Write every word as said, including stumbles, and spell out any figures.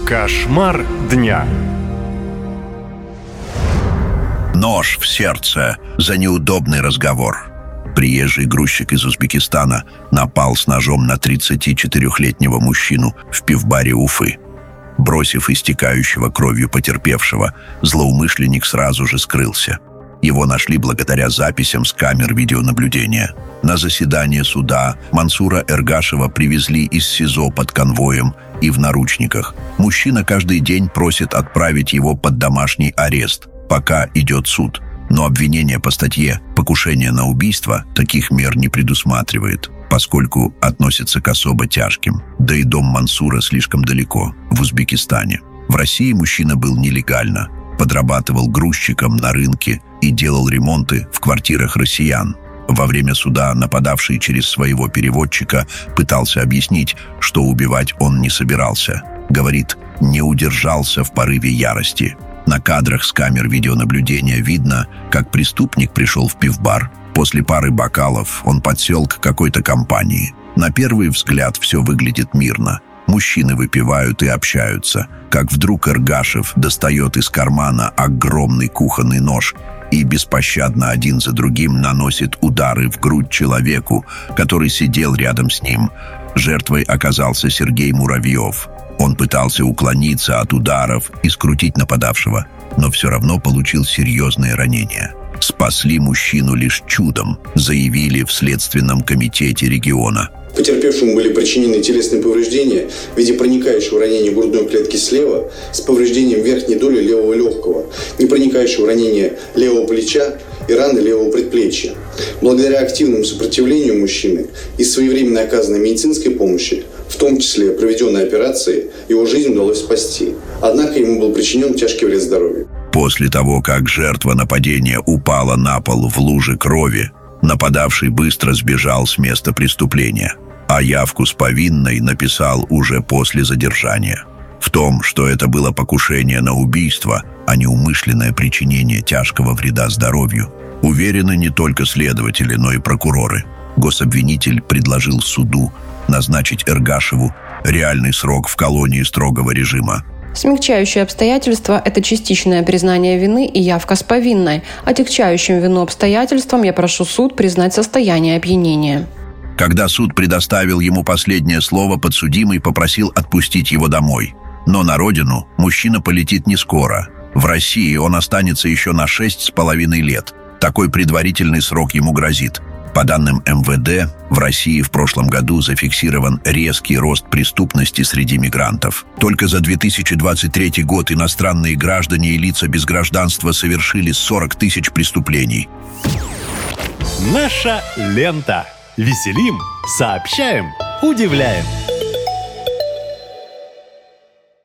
Кошмар дня. Нож в сердце за неудобный разговор. Приезжий грузчик из Узбекистана напал с ножом на тридцатичетырёхлетнего мужчину в пивбаре Уфы. Бросив истекающего кровью потерпевшего, злоумышленник сразу же скрылся. Его нашли благодаря записям с камер видеонаблюдения. На заседание суда Мансура Эргашева привезли из СИЗО под конвоем и в наручниках. Мужчина каждый день просит отправить его под домашний арест, пока идет суд. Но обвинение по статье «Покушение на убийство» таких мер не предусматривает, поскольку относится к особо тяжким. Да и дом Мансура слишком далеко, в Узбекистане. В России мужчина был нелегально, подрабатывал грузчиком на рынке и делал ремонты в квартирах россиян. Во время суда нападавший через своего переводчика пытался объяснить, что убивать он не собирался. Говорит, не удержался в порыве ярости. На кадрах с камер видеонаблюдения видно, как преступник пришел в пивбар. После пары бокалов он подсел к какой-то компании. На первый взгляд все выглядит мирно. Мужчины выпивают и общаются, как вдруг Эргашев достает из кармана огромный кухонный нож и беспощадно один за другим наносит удары в грудь человеку, который сидел рядом с ним. Жертвой оказался Сергей Муравьев. Он пытался уклониться от ударов и скрутить нападавшего, но все равно получил серьезные ранения. Спасли мужчину лишь чудом, заявили в Следственном комитете региона. Потерпевшему были причинены телесные повреждения в виде проникающего ранения грудной клетки слева с повреждением верхней доли левого легкого, непроникающего ранения левого плеча и раны левого предплечья. Благодаря активному сопротивлению мужчины и своевременно оказанной медицинской помощи, в том числе проведенной операции, его жизнь удалось спасти. Однако ему был причинен тяжкий вред здоровью. После того, как жертва нападения упала на пол в луже крови, нападавший быстро сбежал с места преступления, а явку с повинной написал уже после задержания. В том, что это было покушение на убийство, а не умышленное причинение тяжкого вреда здоровью, уверены не только следователи, но и прокуроры. Гособвинитель предложил суду назначить Эргашеву реальный срок в колонии строгого режима. Смягчающие обстоятельства – это частичное признание вины и явка с повинной. Отягчающим вину обстоятельствам я прошу суд признать состояние опьянения. Когда суд предоставил ему последнее слово, подсудимый попросил отпустить его домой. Но на родину мужчина полетит не скоро. В России он останется еще на шесть с половиной лет. Такой предварительный срок ему грозит. По данным эм вэ дэ, в России в прошлом году зафиксирован резкий рост преступности среди мигрантов. Только за две тысячи двадцать третий год иностранные граждане и лица без гражданства совершили сорок тысяч преступлений. Наша лента. Веселим, сообщаем, удивляем.